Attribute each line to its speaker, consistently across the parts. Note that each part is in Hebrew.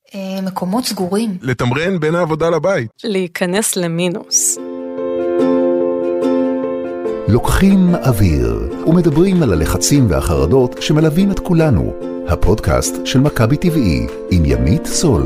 Speaker 1: מקומות סגורים.
Speaker 2: לתמרן בין העבודה לבית.
Speaker 3: להיכנס למינוס.
Speaker 4: לוקחים אוויר ומדברים על הלחצים והחרדות שמלווים את כולנו. הפודקאסט של מכבי טבעי עם ימית סול.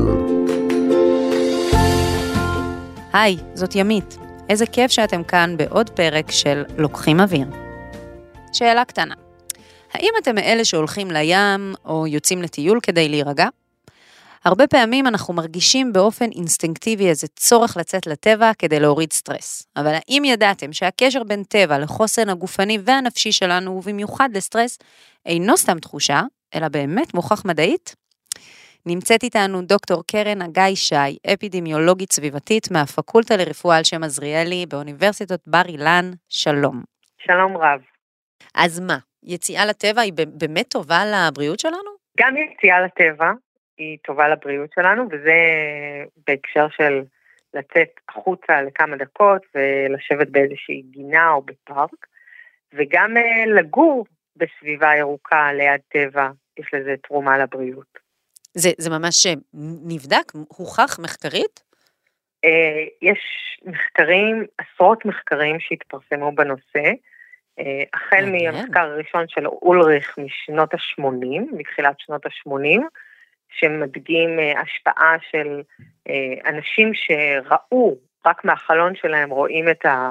Speaker 5: היי, זאת ימית. איזה כיף שאתם כאן בעוד פרק של לוקחים אוויר. שאלה קטנה. האם אתם מאלה שהולכים לים או יוצאים לטיול כדי להירגע? הרבה פעמים אנחנו מרגישים באופן אינסטינקטיבי איזה צורך לצאת לטבע כדי להוריד סטרס. אבל האם ידעתם שהקשר בין טבע לחוסן הגופני והנפשי שלנו, ובמיוחד לסטרס, אינו סתם תחושה, אלא באמת מוכח מדעית? נמצאת איתנו דוקטור קרן אגאי שי, אפידמיולוגית סביבתית מהפקולטה לרפואה על שם עזריאלי באוניברסיטת בר אילן. שלום.
Speaker 6: שלום רב.
Speaker 5: אז מה, יציאה לטבע היא באמת טובה לבריאות שלנו?
Speaker 6: גם יציאה לטבע היא טובה לבריאות שלנו, וזה בהקשר של לצאת החוצה לכמה דקות ולשבת באיזושהי גינה או בפארק, וגם לגור בסביבה ירוקה ליד טבע, יש לזה תרומה לבריאות.
Speaker 5: זה ממש נבדק, הוכח מחקרית?
Speaker 6: יש מחקרים, עשרות מחקרים שהתפרסמו בנושא, החל מהמחקר הראשון של אולריך משנות ה-80, מתחילת שנות ה-80, שמדגים השפעה של אנשים שראו, רק מהחלון שלהם רואים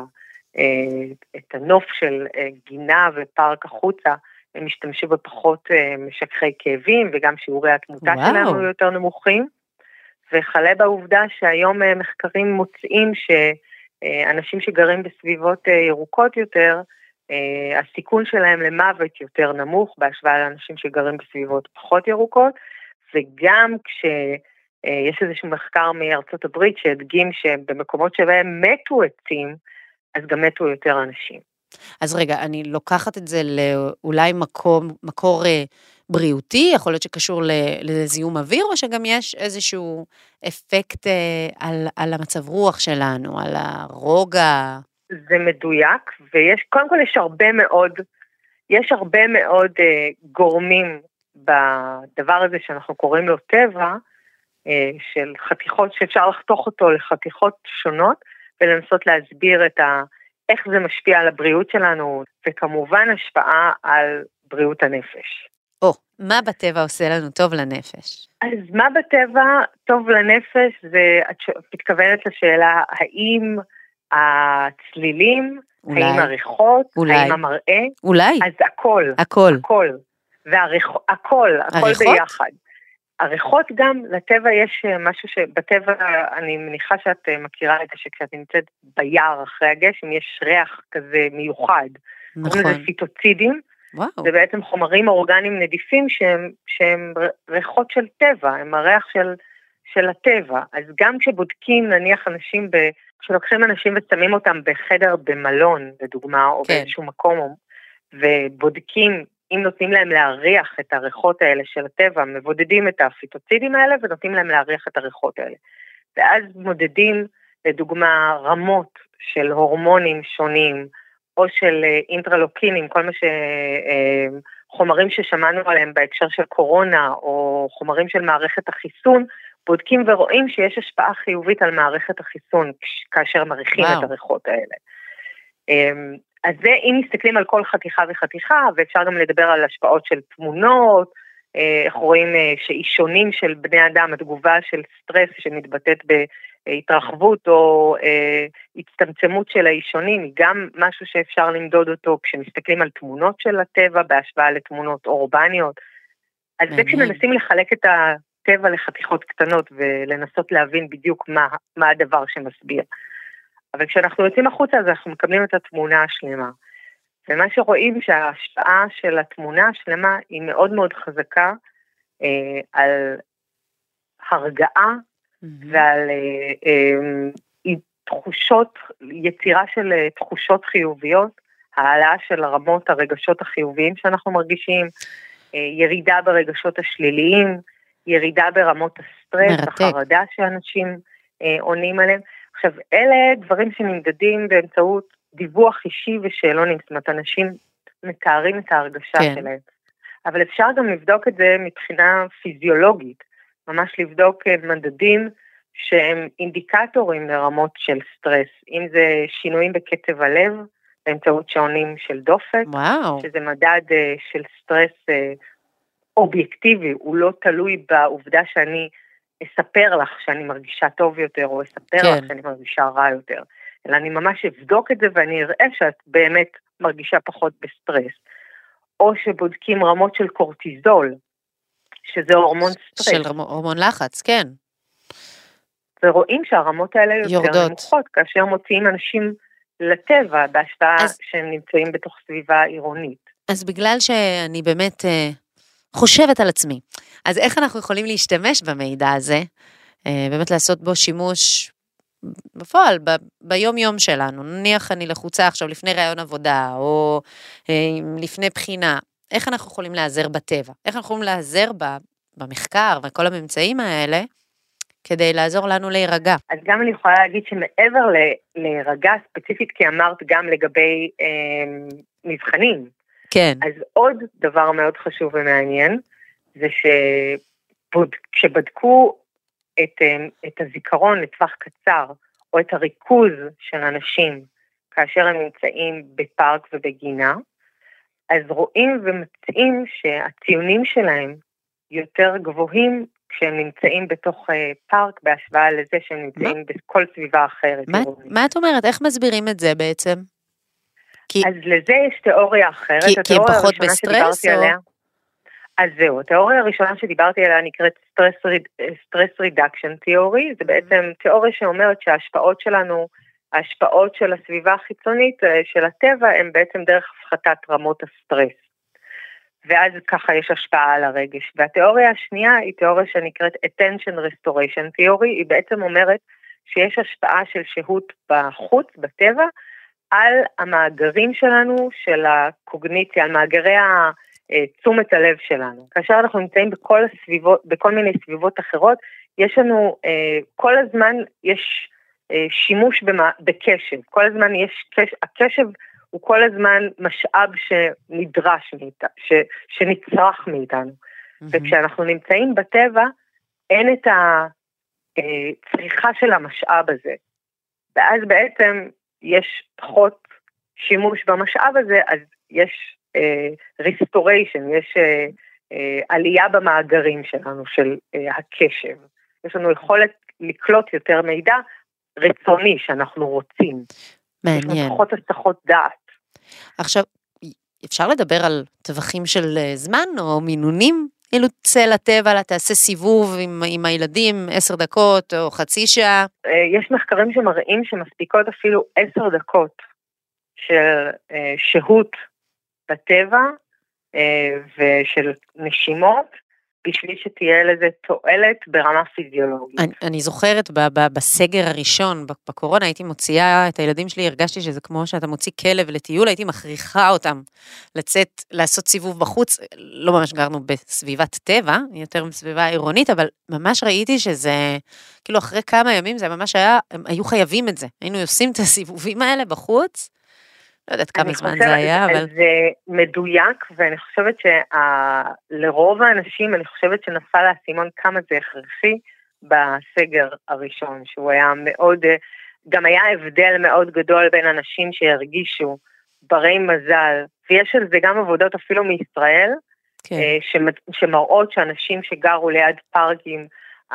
Speaker 6: את הנוף של גינה ופארק החוצה, הם משתמשו בפחות משככי כאבים, וגם שיעורי התמותה שלנו יותר נמוכים, וחלה בעובדה שהיום מחקרים מוצאים שאנשים שגרים בסביבות ירוקות יותר, הסיכון שלהם למוות יותר נמוך, בהשוואה לאנשים שגרים בסביבות פחות ירוקות, וגם כשיש איזשהו מחקר מארצות הברית שהדגים שבמקומות שבהם מתו עצים, אז גם מתו יותר אנשים.
Speaker 5: אז רגע, אני לוקחת את זה לאולי מקור בריאותי, יכול להיות שקשור לזיהום אוויר, או שגם יש איזשהו אפקט על המצב רוח שלנו, על הרוגע?
Speaker 6: זה מדויק, קודם כל יש הרבה מאוד גורמים בדבר הזה שאנחנו קוראים לו טבע, של חתיכות שאפשר לחתוך אותו לחתיכות שונות, ולנסות להסביר איך זה משפיע על הבריאות שלנו, וכמובן השפעה על בריאות הנפש.
Speaker 5: מה בטבע עושה לנו טוב לנפש?
Speaker 6: אז מה בטבע טוב לנפש, את מתכוונת לשאלה, האם הצלילים, האם הריחות, האם המראה?
Speaker 5: אולי.
Speaker 6: אז הכל. הכל ביחד. הריחות גם, לטבע יש משהו שבטבע, אני מניחה שאת מכירה את זה, שכשאת נמצאת ביער אחרי הגשם, יש ריח כזה מיוחד.
Speaker 5: נכון.
Speaker 6: זה פיטוצידים, זה בעצם חומרים אורגניים נדיפים, שהם ריחות של טבע, הם הריח של הטבע. אז גם כשבודקים, נניח כשלוקחים אנשים ושמים אותם בחדר במלון, לדוגמה, או באיזשהו מקום, ובודקים, אם נותנים להם להריח את הריחות האלה של הטבע, מבודדים את הפיטוצידים האלה, ונותנים להם להריח את הריחות האלה. ואז מודדים, לדוגמה, רמות של הורמונים שונים, או של אינטרלוקינים, כל מה חומרים ששמענו עליהם בהקשר של קורונה, או חומרים של מערכת החיסון, בודקים ורואים שיש השפעה חיובית על מערכת החיסון, כאשר מריחים את הריחות האלה. אז זה, אם מסתכלים על כל חתיכה וחתיכה, ואפשר גם לדבר על השפעות של תמונות, איך רואים שאישונים של בני אדם, התגובה של סטרס שמתבטאת בהתרחבות או הצטמצמות של האישונים, היא גם משהו שאפשר למדוד אותו כשמסתכלים על תמונות של הטבע, בהשוואה לתמונות אורבניות. אז זה כשמנסים לחלק את הטבע לחתיכות קטנות, ולנסות להבין בדיוק מה הדבר שמסביר. אבל כשאנחנו יוצאים החוצה, אז אנחנו מקבלים את התמונה השלמה. ומה שרואים שההשפעה של התמונה השלמה היא מאוד מאוד חזקה על הרגעה ועל יצירה של תחושות חיוביות, העלאה של רמות הרגשות החיוביים שאנחנו מרגישים, ירידה ברגשות השליליים, ירידה ברמות הסטרס, החרדה שאנשים עונים עליהם. עכשיו, אלה דברים שנמדדים באמצעות דיווח אישי ושאלונים, זאת אומרת, אנשים מתארים את ההרגשה שלהם. אבל אפשר גם לבדוק את זה מבחינה פיזיולוגית, ממש לבדוק מדדים שהם אינדיקטורים לרמות של סטרס, אם זה שינויים בקצב הלב, באמצעות שעונים של דופק, שזה מדד של סטרס אובייקטיבי, הוא לא תלוי בעובדה שאני אספר לך שאני מרגישה טוב יותר, או אספר לך שאני מרגישה רע יותר, אלא אני ממש אבדוק את זה, ואני אראה שאת באמת מרגישה פחות בסטרס, או שבודקים רמות של קורטיזול, שזה הורמון סטרס.
Speaker 5: של הורמון לחץ, כן.
Speaker 6: ורואים שהרמות האלה יותר נמוכות, כאשר מוציאים אנשים לטבע, בהשוואה שהם נמצאים בתוך סביבה עירונית.
Speaker 5: אז בגלל שאני באמת חושבת על עצמי, אז איך אנחנו יכולים להשתמש במידע הזה, באמת לעשות בו שימוש בפועל, ביום יום שלנו, נניח אני לחוצה עכשיו לפני רעיון עבודה, או לפני בחינה, איך אנחנו יכולים לעזר בטבע? איך אנחנו יכולים לעזר במחקר וכל הממצאים האלה, כדי לעזור לנו להירגע?
Speaker 6: אז גם אני יכולה להגיד שמעבר להירגע ספציפית, כי אמרת גם לגבי מבחנים.
Speaker 5: כן.
Speaker 6: אז עוד דבר מאוד חשוב ומעניין, זה כשבדקו את הזיכרון לטווח קצר, או את הריכוז של אנשים, כאשר הם נמצאים בפארק ובגינה, אז רואים ומצאים שהציונים שלהם יותר גבוהים, כשהם נמצאים בתוך פארק, בהשוואה לזה שהם נמצאים בכל סביבה אחרת.
Speaker 5: מה את אומרת? איך מסבירים את זה בעצם?
Speaker 6: אז לזה יש תיאוריה אחרת.
Speaker 5: כי הם פחות בסטרס או?
Speaker 6: אז זהו, התיאוריה הראשונה שדיברתי עליה נקראת Stress Reduction Theory, זה בעצם תיאוריה שאומרת שההשפעות שלנו, ההשפעות של הסביבה החיצונית של הטבע, הם בעצם דרך הפחתת רמות הסטרס. ואז ככה יש השפעה על הרגש. והתיאוריה השנייה היא תיאוריה שנקראת Attention Restoration Theory, היא בעצם אומרת שיש השפעה של שהות בחוץ, בטבע, על המאגרים שלנו, של הקוגניציה, על מאגרי תשומת הלב שלנו. כאשר אנחנו נמצאים בכל מיני סביבות אחרות, יש לנו, כל הזמן יש שימוש בקשב, כל הזמן יש, הקשב הוא כל הזמן משאב שנדרש מאיתנו, שנצרך מאיתנו. וכשאנחנו נמצאים בטבע, אין את הצריכה של המשאב הזה. ואז בעצם יש פחות שימוש במשאב הזה, אז יש restoration, יש עלייה במאגרים שלנו, של הקשב. יש לנו יכולת לקלוט יותר מידע רצוני שאנחנו רוצים.
Speaker 5: מעניין.
Speaker 6: יש לנו פחות הסחות דעת.
Speaker 5: עכשיו, אפשר לדבר על טווחים של זמן או מינונים? אילו צא לטבע, תעשה סיבוב עם הילדים 10 דקות או חצי שעה?
Speaker 6: יש מחקרים שמראים שמספיקות אפילו 10 דקות של שהות בטבע ושל נשימות, בשביל שתהיה לזה תועלת ברמה פיזיולוגית.
Speaker 5: אני זוכרת בסגר הראשון, בקורונה, הייתי מוציאה את הילדים שלי, הרגשתי שזה כמו שאתה מוציא כלב לטיול, הייתי מכריחה אותם לצאת, לעשות סיבוב בחוץ, לא ממש גרנו בסביבת טבע, יותר בסביבה עירונית, אבל ממש ראיתי שזה, כאילו אחרי כמה ימים זה ממש היה, הם היו חייבים את זה, היינו עושים את הסיבובים האלה בחוץ, לא יודעת כמה זמן זה היה, אבל...
Speaker 6: זה מדויק, ואני חושבת שלרוב האנשים, אני חושבת שנפל האסימון כמה זה הכרחי בסגר הראשון, שהוא היה מאוד, גם היה הבדל מאוד גדול בין אנשים שהרגישו ברי מזל, ויש על זה גם עבודות אפילו מישראל, כן. שמראות שאנשים שגרו ליד פארקים,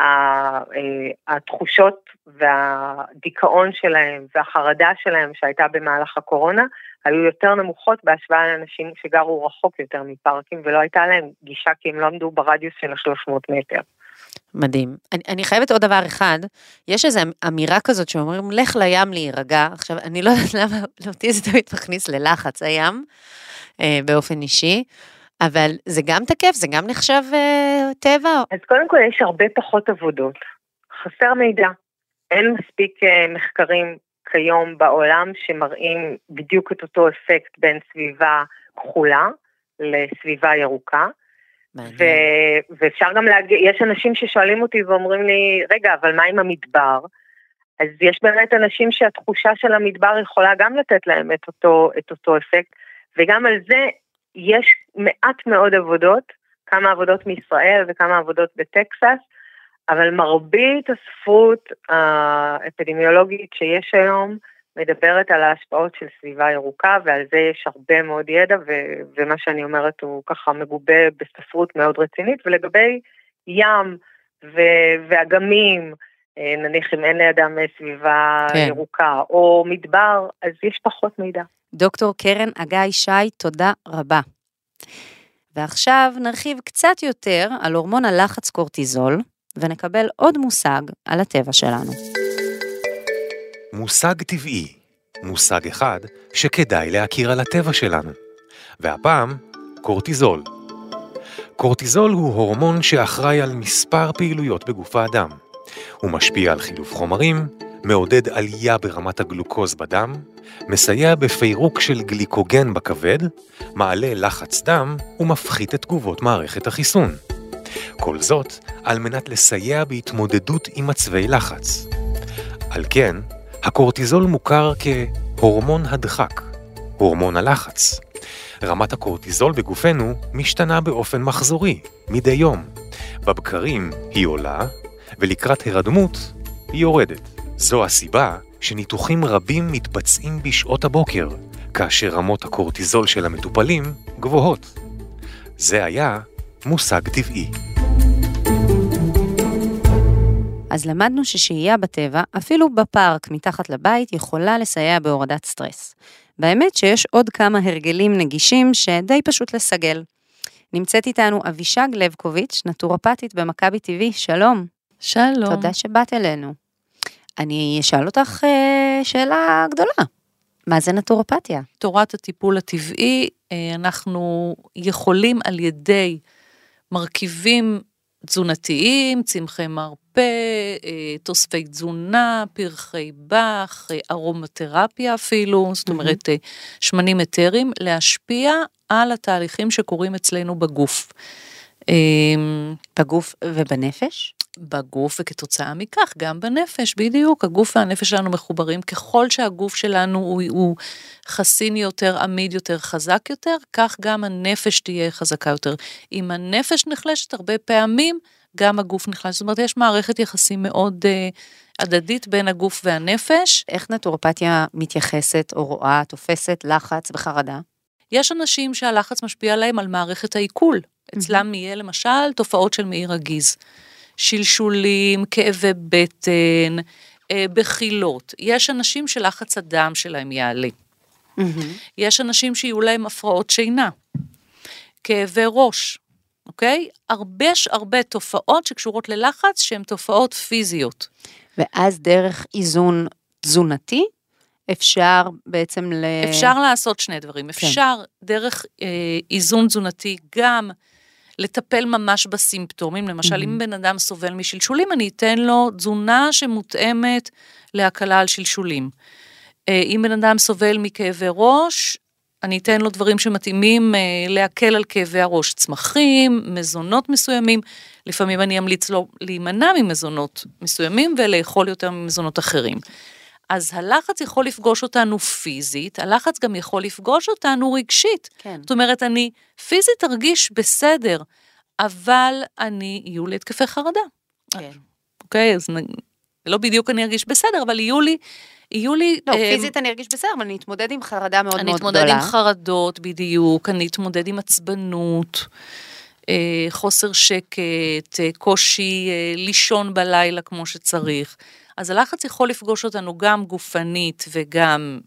Speaker 6: התחושות והדיכאון שלהם והחרדה שלהם שהייתה במהלך הקורונה, היו יותר נמוכות בהשוואה לאנשים שגרו רחוק יותר מפארקים, ולא הייתה להם גישה כי הם לא עמדו ברדיוס של 300 מטר.
Speaker 5: מדהים. אני חייבת עוד דבר אחד, יש איזו אמירה כזאת שאומרים, לך לים להירגע, עכשיו אני לא יודעת למה, אותי זה תמיד מכניס ללחץ הים, באופן אישי, אבל זה גם תקף, זה גם נחשב טבע?
Speaker 6: אז קודם כל יש הרבה פחות עבודות, חסר מידע, אין מספיק מחקרים כיום בעולם שמראים בדיוק את אותו אפקט בין סביבה כחולה לסביבה ירוקה, ואפשר גם להגיד, יש אנשים ששואלים אותי ואומרים לי, רגע, אבל מה עם המדבר? אז יש באמת אנשים שהתחושה של המדבר יכולה גם לתת להם את אותו אפקט, וגם על זה יש מעט מאוד עבודות, כמה עבודות מישראל וכמה עבודות בטקסס, אבל מרבית הספרות האפידמיולוגית שיש היום, מדברת על ההשפעות של סביבה ירוקה, ועל זה יש הרבה מאוד ידע, ומה שאני אומרת הוא ככה מגובה בספרות מאוד רצינית, ולגבי ים ואגמים, נניח אם אין לידם סביבה ירוקה, או מדבר, אז יש פחות מידע.
Speaker 5: דוקטור קרן אגאי שי, תודה רבה. ועכשיו נרחיב קצת יותר על הורמון הלחץ קורטיזול, ונקבל עוד מושג על הטבע שלנו.
Speaker 1: מושג טבעי, מושג אחד שכדאי להכיר על הטבע שלנו. והפעם, קורטיזול. קורטיזול הוא הורמון שאחראי על מספר פעילויות בגוף האדם. הוא משפיע על חילוף חומרים, מעודד עלייה ברמת הגלוקוז בדם, מסייע בפירוק של גליקוגן בכבד, מעלה לחץ דם ומפחית את תגובות מערכת החיסון. כל זאת על מנת לסייע בהתמודדות עם מצבי לחץ. על כן, הקורטיזול מוכר כהורמון הדחק, הורמון הלחץ. רמת הקורטיזול בגופנו משתנה באופן מחזורי, מדי יום. בבקרים היא עולה, ולקראת הרדמות היא יורדת. זו הסיבה שניתוחים רבים מתבצעים בשעות הבוקר, כאשר רמות הקורטיזול של המטופלים גבוהות. זה היה מושג טבעי.
Speaker 5: אז למדנו ששהייה בטבע, אפילו בפארק מתחת לבית, יכולה לסייע בהורדת סטרס. באמת שיש עוד כמה הרגלים נגישים שדי פשוט לסגל. נמצאת איתנו אבישג לבקוביץ', נטורופטית במכבי טבעי. שלום.
Speaker 3: שלום.
Speaker 5: תודה שבאת אלינו. אני אשאל אותך שאלה גדולה. מה זה נטורופתיה?
Speaker 3: תורת הטיפול הטבעי, אנחנו יכולים על ידי מרכיבים תזונתיים, צמחי מרפא, תוספי תזונה, פרחי בח, ארומתרפיה אפילו, זאת אומרת שמנים אתרים, להשפיע על התהליכים שקורים אצלנו בגוף.
Speaker 5: בגוף ובנפש?
Speaker 3: בגוף וכתוצאה מכך, גם בנפש, בדיוק, הגוף והנפש שלנו מחוברים, ככל שהגוף שלנו הוא חסין יותר, עמיד יותר, חזק יותר, כך גם הנפש תהיה חזקה יותר. אם הנפש נחלשת הרבה פעמים, גם הגוף נחלש, זאת אומרת, יש מערכת יחסים מאוד הדדית בין הגוף והנפש.
Speaker 5: איך נטורופתיה מתייחסת או רואה, תופסת לחץ וחרדה?
Speaker 3: יש אנשים שהלחץ משפיע עליהם על מערכת העיכול, אצלם יהיה למשל תופעות של מעי רגיז. שלשולים, כאבי בטן, בחילות. יש אנשים שלחץ הדם שלהם יעלה. יש אנשים שיהיו להם הפרעות שינה, כאבי ראש, אוקיי? הרבה תופעות שקשורות ללחץ שהן תופעות פיזיות.
Speaker 5: ואז דרך איזון תזונתי, אפשר בעצם
Speaker 3: אפשר לעשות שני דברים. אפשר דרך איזון תזונתי גם לטפל ממש בסימפטומים, למשל אם בן אדם סובל משלשולים, אני אתן לו תזונה שמותאמת להקלה על שלשולים. אם בן אדם סובל מכאבי ראש, אני אתן לו דברים שמתאימים להקל על כאבי הראש, צמחים, מזונות מסוימים, לפעמים אני אמליץ לו להימנע ממזונות מסוימים, ולאכול יותר ממזונות אחרים. אז הלחץ יכול לפגוש אותנו פיזית, הלחץ גם יכול לפגוש אותנו רגשית.
Speaker 5: כן.
Speaker 3: זאת אומרת, אני פיזית ארגיש בסדר, אבל יהיו לי התקפי חרדה.
Speaker 5: כן.
Speaker 3: אוקיי, אז לא בדיוק אני ארגיש בסדר, אבל יהיו לי...
Speaker 5: לא, פיזית אני ארגיש בסדר, אבל אני אתמודד עם חרדה מאוד מאוד גדולה.
Speaker 3: אני אתמודד עם חרדות בדיוק, אני אתמודד עם עצבנות, חוסר שקט, קושי לישון בלילה כמו שצריך. אז הלחץ יכול לפגוש אותנו גם גופנית וגם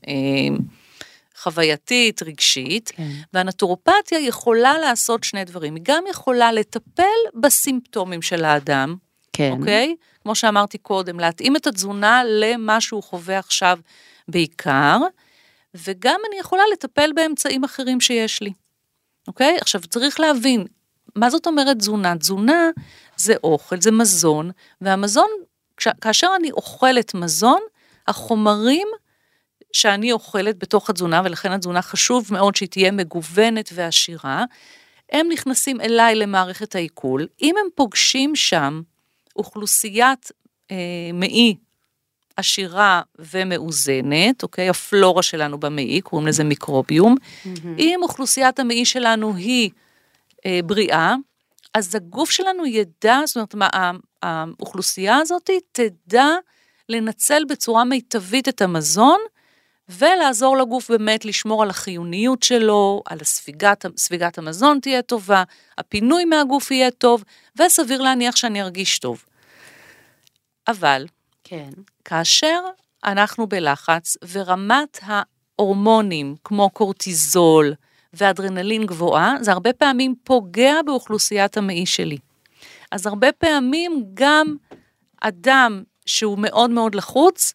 Speaker 3: חווייתית, רגשית, והנטורופתיה יכולה לעשות שני דברים. היא גם יכולה לטפל בסימפטומים של האדם, אוקיי? כמו שאמרתי קודם, להתאים את התזונה למה שהוא חווה עכשיו בעיקר, וגם אני יכולה לטפל באמצעים אחרים שיש לי. אוקיי? עכשיו צריך להבין, מה זאת אומרת תזונה? תזונה זה אוכל, זה מזון, והמזון, כאשר אני אוכלת מזון, החומרים שאני אוכלת בתוך התזונה, ולכן התזונה חשוב מאוד שהיא תהיה מגוונת ועשירה, הם נכנסים אליי למערכת העיכול, אם הם פוגשים שם אוכלוסיית מעי עשירה ומאוזנת, אוקיי? הפלורה שלנו במעי, קוראים לזה מיקרוביום, אם אוכלוסיית המעי שלנו היא בריאה, אז הגוף שלנו ידע, זאת אומרת, שהאוכלוסייה הזאת תדע לנצל בצורה מיטבית את המזון, ולעזור לגוף באמת לשמור על החיוניות שלו, על ספיגת המזון תהיה טובה, הפינוי מהגוף יהיה טוב, וסביר להניח שאני ארגיש טוב. אבל,
Speaker 5: כן.
Speaker 3: כאשר אנחנו בלחץ, ורמת ההורמונים, כמו קורטיזול ואדרנלין גבוהה, זה הרבה פעמים פוגע באוכלוסיית המעי שלי. אז הרבה פעמים גם אדם שהוא מאוד מאוד לחוץ,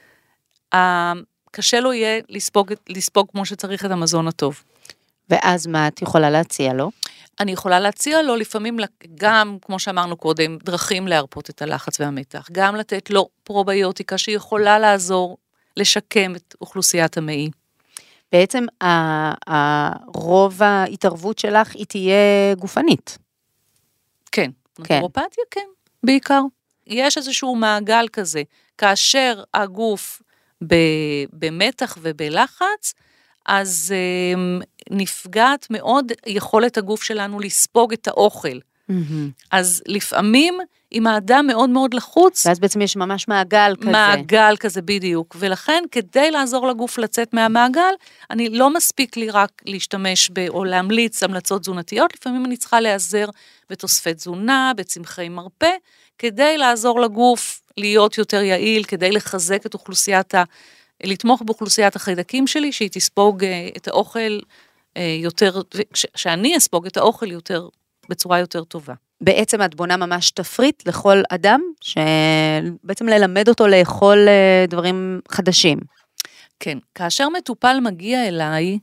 Speaker 3: קשה לו יהיה לספוג כמו שצריך את המזון הטוב.
Speaker 5: ואז מה את יכולה להציע לו?
Speaker 3: אני יכולה להציע לו לפעמים גם, כמו שאמרנו קודם, דרכים להרפות את הלחץ והמתח, גם לתת לו פרוביוטיקה שיכולה לעזור לשקם את אוכלוסיית המעי.
Speaker 5: בעצם רוב ההתערבות שלך היא תהיה גופנית.
Speaker 3: כן, נטורופתיה כן, בעיקר. יש איזשהו מעגל כזה, כאשר הגוף במתח ובלחץ, אז נפגעת מאוד יכולת הגוף שלנו לספוג את האוכל. אז לפעמים, אם האדם מאוד מאוד לחוץ,
Speaker 5: ואז בעצם יש ממש מעגל כזה.
Speaker 3: מעגל כזה בדיוק, ולכן כדי לעזור לגוף לצאת מהמעגל, אני לא מספיק לי רק להשתמש או להמליץ המלצות תזונתיות, לפעמים אני צריכה להיעזר בתוספי תזונה, בצמחי מרפא, כדי לעזור לגוף להיות יותר יעיל, כדי לחזק את לתמוך באוכלוסיית החיידקים שלי, שהיא תספוג את האוכל יותר, שאני אספוג את האוכל יותר, בצורה יותר טובה.
Speaker 5: בעצם את בונה ממש תפריט לכל אדם, שבעצם ללמד אותו לאכול דברים חדשים.
Speaker 3: כן, כאשר מטופל מגיע אליי,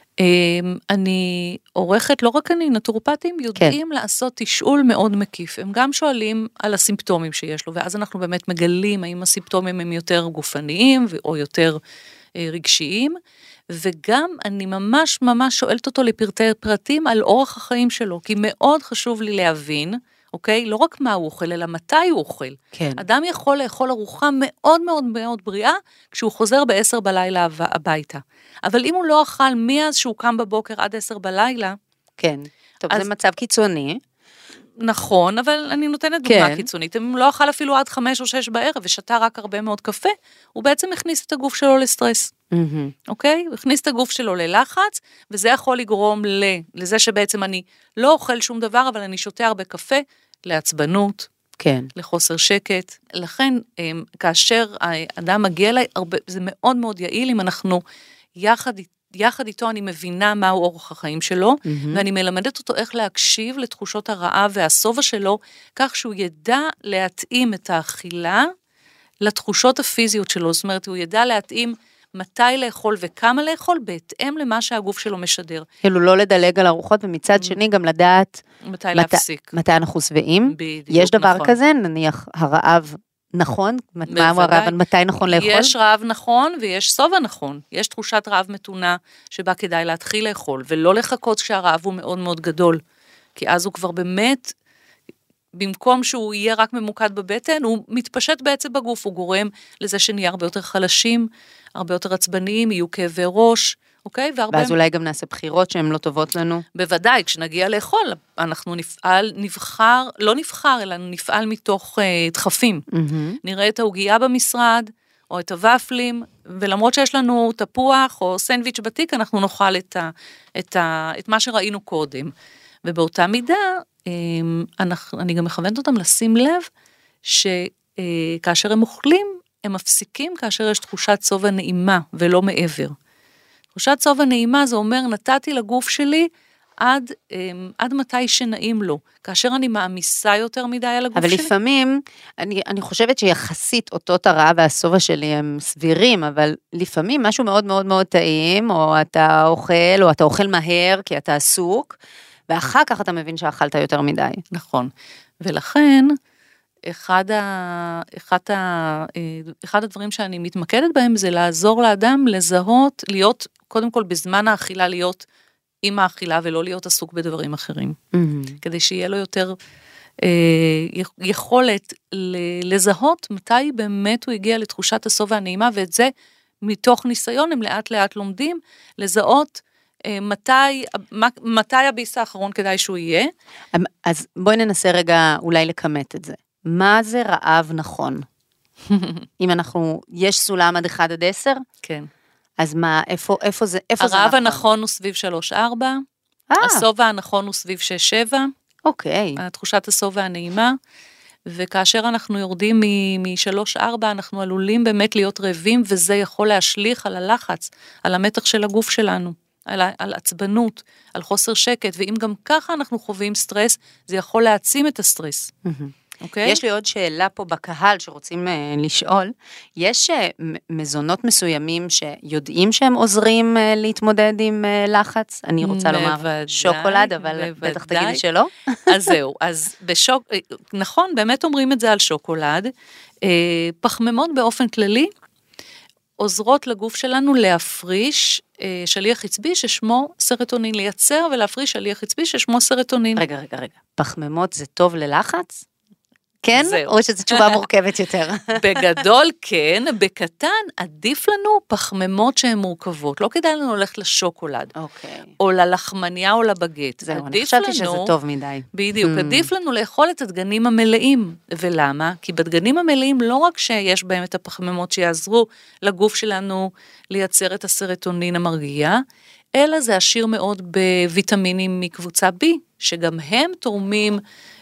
Speaker 3: אני עורכת, לא רק אני, נטורופטים יודעים לעשות תשאול מאוד מקיף, הם גם שואלים על הסימפטומים שיש לו, ואז אנחנו באמת מגלים האם הסימפטומים הם יותר גופניים, או יותר רגשיים, וגם אני ממש שואלת אותו לפרטי פרטים על אורח החיים שלו, כי מאוד חשוב לי להבין, אוקיי? לא רק מה הוא אוכל, אלא מתי הוא אוכל.
Speaker 5: כן.
Speaker 3: אדם יכול לאכול ארוחה מאוד מאוד מאוד בריאה, כשהוא חוזר ב-10 בלילה הביתה. אבל אם הוא לא אכל מאז שהוא קם בבוקר עד 10 בלילה,
Speaker 5: כן. טוב, זה מצב קיצוני.
Speaker 3: נכון, אבל אני נותנת דוגמה קיצונית. אם הוא לא אכל אפילו עד 5 או 6 בערב, ושתה רק הרבה מאוד קפה, הוא בעצם הכניס את הגוף שלו לסטרס. אוקיי? הוא הכניס את הגוף שלו ללחץ, וזה יכול לגרום לזה שבעצם אני לא אוכל שום דבר, אבל אני שותה הרבה קפה, לעצבנות,
Speaker 5: כן.
Speaker 3: לחוסר שקט. לכן, כאשר האדם מגיע אליי, זה מאוד מאוד יעיל, אם אנחנו יחד איתו אני מבינה מהו אורח החיים שלו, ואני מלמדת אותו איך להקשיב לתחושות הרעב והסובה שלו, כך שהוא ידע להתאים את האכילה לתחושות הפיזיות שלו, זאת אומרת, הוא ידע להתאים מתי לאכול וכמה לאכול, בהתאם למה שהגוף שלו משדר.
Speaker 5: כאילו לא לדלג על ארוחות, ומצד שני גם לדעת
Speaker 3: מתי להפסיק.
Speaker 5: מתי אנחנו שבעים.
Speaker 3: בדיוק,
Speaker 5: יש דבר
Speaker 3: נכון.
Speaker 5: כזה, נניח הרעב נכון, מהו הרעב, מתי נכון לאכול?
Speaker 3: יש רעב נכון ויש סובה נכון. יש תחושת רעב מתונה שבה כדאי להתחיל לאכול, ולא לחכות כשהרעב הוא מאוד מאוד גדול. כי אז הוא כבר באמת, במקום שהוא יהיה רק ממוקד בבטן, הוא מתפשט בעצם בגוף, הוא גורם לזה שנהיה הרבה יותר חלשים, הרבה יותר עצבניים, יהיו כאבי ראש, אוקיי?
Speaker 5: ואז אולי גם נעשה בחירות שהן לא טובות לנו.
Speaker 3: בוודאי, כשנגיע לאכול, אנחנו לא נבחר, אלא נפעל מתוך דחפים. נראה את ההוגייה במשרד, או את הוואפלים, ולמרות שיש לנו תפוח או סנדוויץ' בתיק, אנחנו נאכל את מה שראינו קודם. ובאותה מידה, אני גם מכוונת אותם לשים לב, שכאשר הם אוכלים, הם מפסיקים כאשר יש תחושת סובה נעימה, ולא מעבר. תחושת סובה נעימה, זה אומר, נתתי לגוף שלי עד מתי שנעים לו, כאשר אני מעמיסה יותר מדי על הגוף שלי.
Speaker 5: אבל לפעמים, אני חושבת שיחסית אותות הרעב והסובה שלי הם סבירים, אבל לפעמים משהו מאוד מאוד מאוד טעים, או אתה אוכל מהר כי אתה עסוק, ואחר כך אתה מבין שאכלת יותר מדי.
Speaker 3: נכון, ולכן, אחד הדברים שאני מתמקדת בהם, זה לעזור לאדם לזהות, להיות, קודם כל בזמן האכילה, להיות עם האכילה, ולא להיות עסוק בדברים אחרים. כדי שיהיה לו יותר יכולת לזהות, מתי באמת הוא הגיע לתחושת הסובה הנעימה, ואת זה מתוך ניסיון, הם לאט לאט לומדים, לזהות, מתי הביס האחרון כדאי שהוא יהיה.
Speaker 5: אז בואי ננסה רגע אולי לקמת את זה. מה זה רעב נכון? אם יש סולם עד 1 עד 10?
Speaker 3: כן.
Speaker 5: אז מה, איפה זה נכון?
Speaker 3: הרעב הנכון הוא סביב 3-4, הסובה הנכון הוא סביב 6-7,
Speaker 5: אוקיי.
Speaker 3: תחושת הסובה הנעימה, וכאשר אנחנו יורדים מ-3-4, אנחנו עלולים באמת להיות רעבים, וזה יכול להשליך על הלחץ, על המתח של הגוף שלנו, על עצבנות, על חוסר שקט, ואם גם ככה אנחנו חווים סטרס, זה יכול להעצים את הסטרס.
Speaker 5: Okay. יש לי עוד שאלה פה בקהל שרוצים לשאול, יש מזונות מסוימים שיודעים שהם עוזרים להתמודד עם לחץ? אני רוצה לומר שוקולד, אבל בטח תגידי שלא.
Speaker 3: אז זהו, אז נכון, באמת אומרים את זה על שוקולד, פחמימות באופן כללי, עוזרות לגוף שלנו להפריש שליח עצבי ששמו סרוטונין, לייצר ולהפריש שליח עצבי ששמו סרוטונין.
Speaker 5: רגע, פחמימות זה טוב ללחץ? כן? או שזו תשובה מורכבת יותר?
Speaker 3: בגדול כן, בקטן עדיף לנו פחמימות שהן מורכבות, לא כדאי לנו ללכת לשוקולד, או ללחמניה או לבגט.
Speaker 5: זהו, אני חשבתי שזה טוב מדי.
Speaker 3: בדיוק, עדיף לנו לאכול את הדגנים המלאים, ולמה? כי בדגנים המלאים לא רק שיש בהם את הפחמימות שיעזרו לגוף שלנו לייצר את הסרוטונין המרגיע, אלא זה עשיר מאוד בוויטמינים מקבוצה B, שגם הם תורמים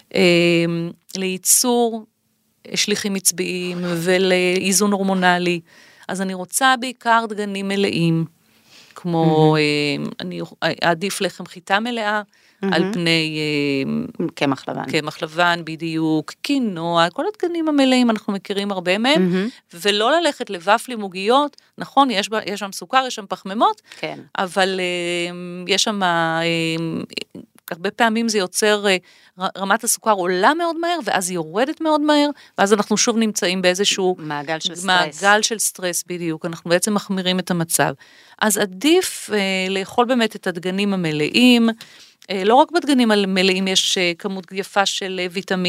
Speaker 3: לייצור שליחים עצביים ולאיזון הורמונלי. אז אני רוצה בעיקר דגנים מלאים, כמו אני אעדיף לחם חיטה מלאה, על פני קמח לבן בדיוק, קינוע, כל הדגנים המלאים אנחנו מכירים הרבה מהם, ולא ללכת לוופלים עוגיות, נכון, יש שם סוכר, יש שם פחמימות, אבל יש שם הרבה פעמים זה יוצר, רמת הסוכר עולה מאוד מהר, ואז היא יורדת מאוד מהר, ואז אנחנו שוב נמצאים באיזשהו מעגל של סטרס, בדיוק, אנחנו בעצם מחמירים את המצב. אז עדיף לאכול באמת את הדגנים המלאים, לא רק בדגנים המלאים יש כמות יפה של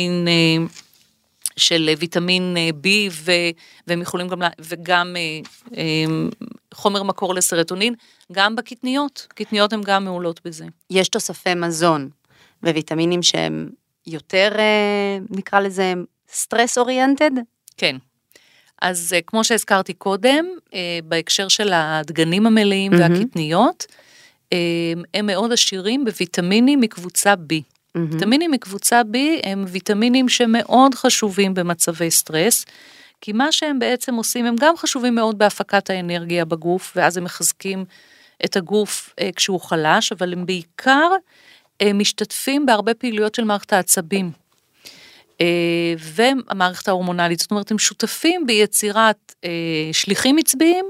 Speaker 3: ויטמין B, והם יכולים גם חומר מקור לסרוטונין, גם בקטניות, קטניות הן גם מעולות בזה.
Speaker 5: יש תוספי מזון וויטמינים שהם יותר, נקרא לזה, סטרס אוריינטד?
Speaker 3: כן. אז כמו שהזכרתי קודם, בהקשר של הדגנים המלאים והקטניות, הם מאוד עשירים בוויטמינים מקבוצה B. ויטמינים מקבוצה B הם ויטמינים שמאוד חשובים במצבי סטרס, כי מה שהם בעצם עושים, הם גם חשובים מאוד בהפקת האנרגיה בגוף, ואז הם מחזקים את הגוף כשהוא חלש, אבל הם בעיקר משתתפים בהרבה פעילויות של מערכת העצבים, והמערכת ההורמונלית, זאת אומרת, הם שותפים ביצירת שליחים עצביים,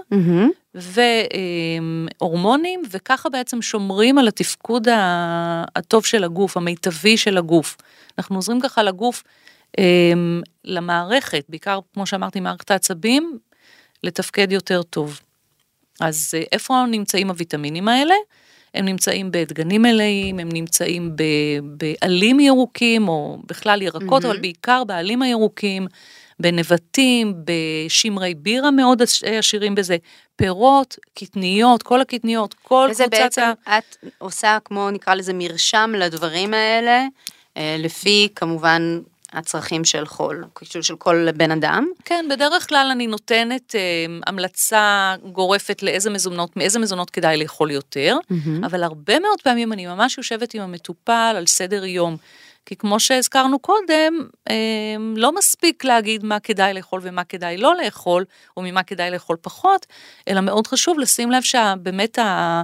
Speaker 3: והורמונים, וככה בעצם שומרים על התפקוד הטוב של הגוף, המיטבי של הגוף. אנחנו עוזרים ככה לגוף, למערכת, בעיקר כמו שאמרתי, מערכת העצבים, לתפקד יותר טוב. אז איפה נמצאים הוויטמינים האלה? הם נמצאים בדגנים מלאים, הם נמצאים בעלים ירוקים, או בכלל ירקות, אבל בעיקר בעלים הירוקים, בנבטים, בשמרי בירה מאוד עשירים בזה, פירות, קטניות, כל הקטניות, כל
Speaker 5: קבוצת... וזה בעצם את עושה כמו נקרא לזה מרשם לדברים האלה, לפי כמובן הצרכים של כל בן אדם.
Speaker 3: כן, בדרך כלל אני נותנת המלצה גורפת מאיזה מזונות כדאי לאכול יותר, אבל הרבה מאוד פעמים אני ממש יושבת עם המטופל על סדר יום, כי כמו שהזכרנו קודם, לא מספיק להגיד מה כדאי לאכול ומה כדאי לא לאכול, או ממה כדאי לאכול פחות, אלא מאוד חשוב לשים לב שבאמת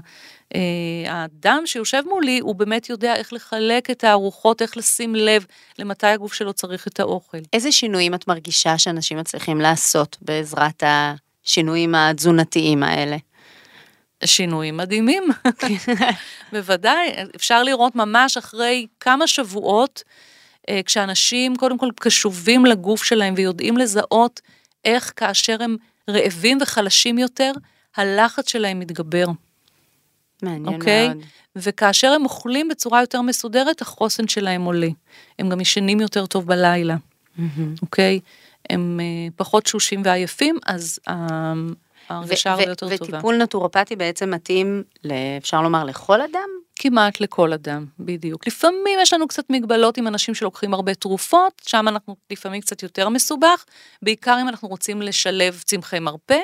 Speaker 3: האדם שיושב מולי, הוא באמת יודע איך לחלק את הארוחות, איך לשים לב למתי הגוף שלו צריך את האוכל.
Speaker 5: איזה שינויים את מרגישה שאנשים מצליחים לעשות בעזרת השינויים התזונתיים האלה?
Speaker 3: שינויים מדהימים, בוודאי, אפשר לראות ממש אחרי כמה שבועות, כשאנשים קודם כל קשובים לגוף שלהם, ויודעים לזהות איך כאשר הם רעבים וחלשים יותר, הלחץ שלהם מתגבר.
Speaker 5: מעניין מאוד.
Speaker 3: וכאשר הם אוכלים בצורה יותר מסודרת, החוסן שלהם עולה. הם גם ישנים יותר טוב בלילה. אוקיי? הם פחות שושים ועייפים, אז ההרגשה הרבה יותר טובה.
Speaker 5: וטיפול נטורופטי בעצם מתאים, אפשר לומר, לכל אדם?
Speaker 3: כמעט לכל אדם, בדיוק. לפעמים יש לנו קצת מגבלות עם אנשים שלוקחים הרבה תרופות, שם אנחנו לפעמים קצת יותר מסובך, בעיקר אם אנחנו רוצים לשלב צמחי מרפא,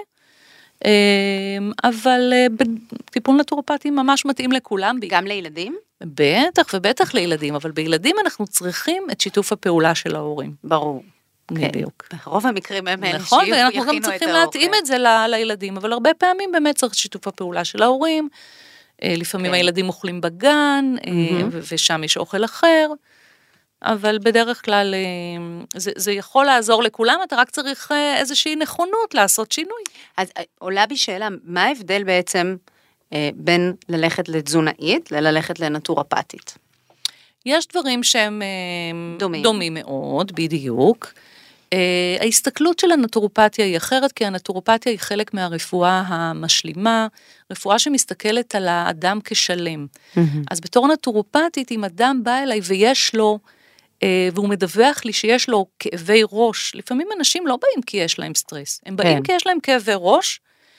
Speaker 3: אבל טיפול נטורופטי ממש מתאים לכולם.
Speaker 5: גם לילדים?
Speaker 3: בטח ובטח לילדים, אבל בילדים אנחנו צריכים את שיתוף הפעולה של ההורים.
Speaker 5: ברור.
Speaker 3: בדיוק.
Speaker 5: ברוב המקרים הם אלה
Speaker 3: נכון, ואנחנו גם צריכים להתאים את זה לילדים, אבל הרבה פעמים באמת צריך שיתוף הפעולה של ההורים, לפעמים הילדים אוכלים בגן, ושם יש אוכל אחר, אבל בדרך כלל זה יכול לעזור לכולם, אתה רק צריך איזושהי נכונות לעשות שינוי.
Speaker 5: אז עולה בי שאלה, מה ההבדל בעצם בין ללכת לתזונאית לללכת לנטורופטית?
Speaker 3: יש דברים שהם דומים מאוד, בדיוק. ההסתכלות של הנטורופתיה היא אחרת, כי הנטורופתיה היא חלק מהרפואה המשלימה, רפואה שמסתכלת על האדם כשלם. אז בתור נטורופתית, אם אדם בא אליי ויש לו, והוא מדווח לי שיש לו כאבי ראש, לפעמים אנשים לא באים כי יש להם סטרס, הם באים כי יש להם כאבי ראש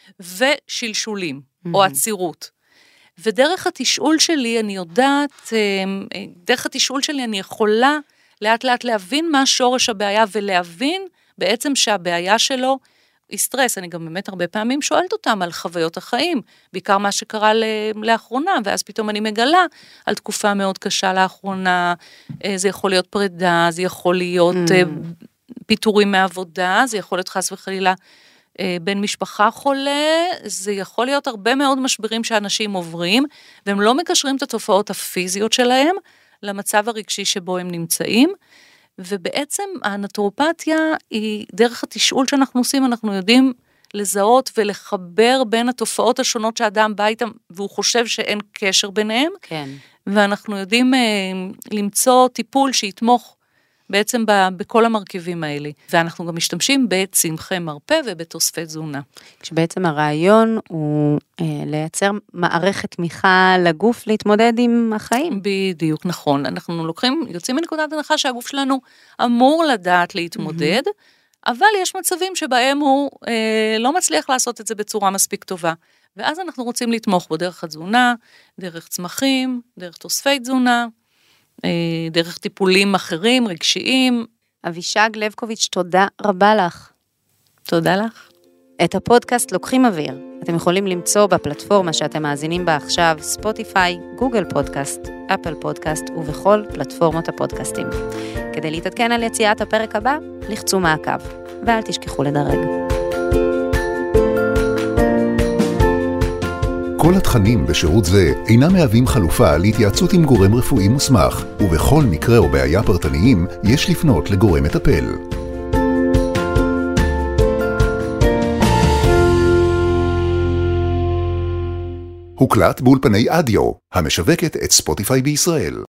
Speaker 3: ושלשולים, או עצירות. ודרך התשאול שלי אני יודעת, דרך התשאול שלי אני יכולה לאט לאט להבין מה שורש הבעיה, ולהבין בעצם שהבעיה שלו היא סטרס. אני גם באמת הרבה פעמים שואלת אותם על חוויות החיים, בעיקר מה שקרה לאחרונה, ואז פתאום אני מגלה על תקופה מאוד קשה לאחרונה, זה יכול להיות פרידה, זה יכול להיות פיטורים מעבודה, זה יכול להיות חס וחלילה בן משפחה חולה, זה יכול להיות הרבה מאוד משברים שאנשים עוברים, והם לא מקשרים את התופעות הפיזיות שלהם, למצב הרגשי שבו הם נמצאים, ובעצם הנטורופתיה היא דרך התשאול שאנחנו עושים, אנחנו יודעים לזהות ולחבר בין התופעות השונות שהאדם בא איתם, והוא חושב שאין קשר ביניהם,
Speaker 5: כן.
Speaker 3: ואנחנו יודעים למצוא טיפול שיתמוך בעצם בכל המרכיבים האלה, ואנחנו גם משתמשים בצמחי מרפא ובתוספי תזונה.
Speaker 5: כשבעצם הרעיון הוא לייצר מערכת תמיכה לגוף להתמודד עם החיים.
Speaker 3: בדיוק, נכון. אנחנו יוצאים מנקודת הנחה שהגוף שלנו אמור לדעת להתמודד, אבל יש מצבים שבהם הוא לא מצליח לעשות את זה בצורה מספיק טובה. ואז אנחנו רוצים לתמוך בו דרך התזונה, דרך צמחים, דרך תוספי תזונה, דרך טיפולים אחרים, רגשיים.
Speaker 5: אבישג לבקוביץ', תודה רבה לך.
Speaker 3: תודה לך.
Speaker 5: את הפודקאסט לוקחים אוויר. אתם יכולים למצוא בפלטפורמה שאתם מאזינים בה עכשיו, ספוטיפיי, גוגל פודקאסט, אפל פודקאסט ובכל פלטפורמות הפודקאסטים. כדי להתעדכן על יציאת הפרק הבא, לחצו מעקב, ואל תשכחו לדרג.
Speaker 4: כל התכנים בשירות זה אינם מהווים חלופה להתייעצות עם גורם רפואי מוסמך, ובכל מקרה או בעיה פרטניים יש לפנות לגורם מטפל. הוקלט באולפני אדיו, המשווקת את ספוטיפיי בישראל.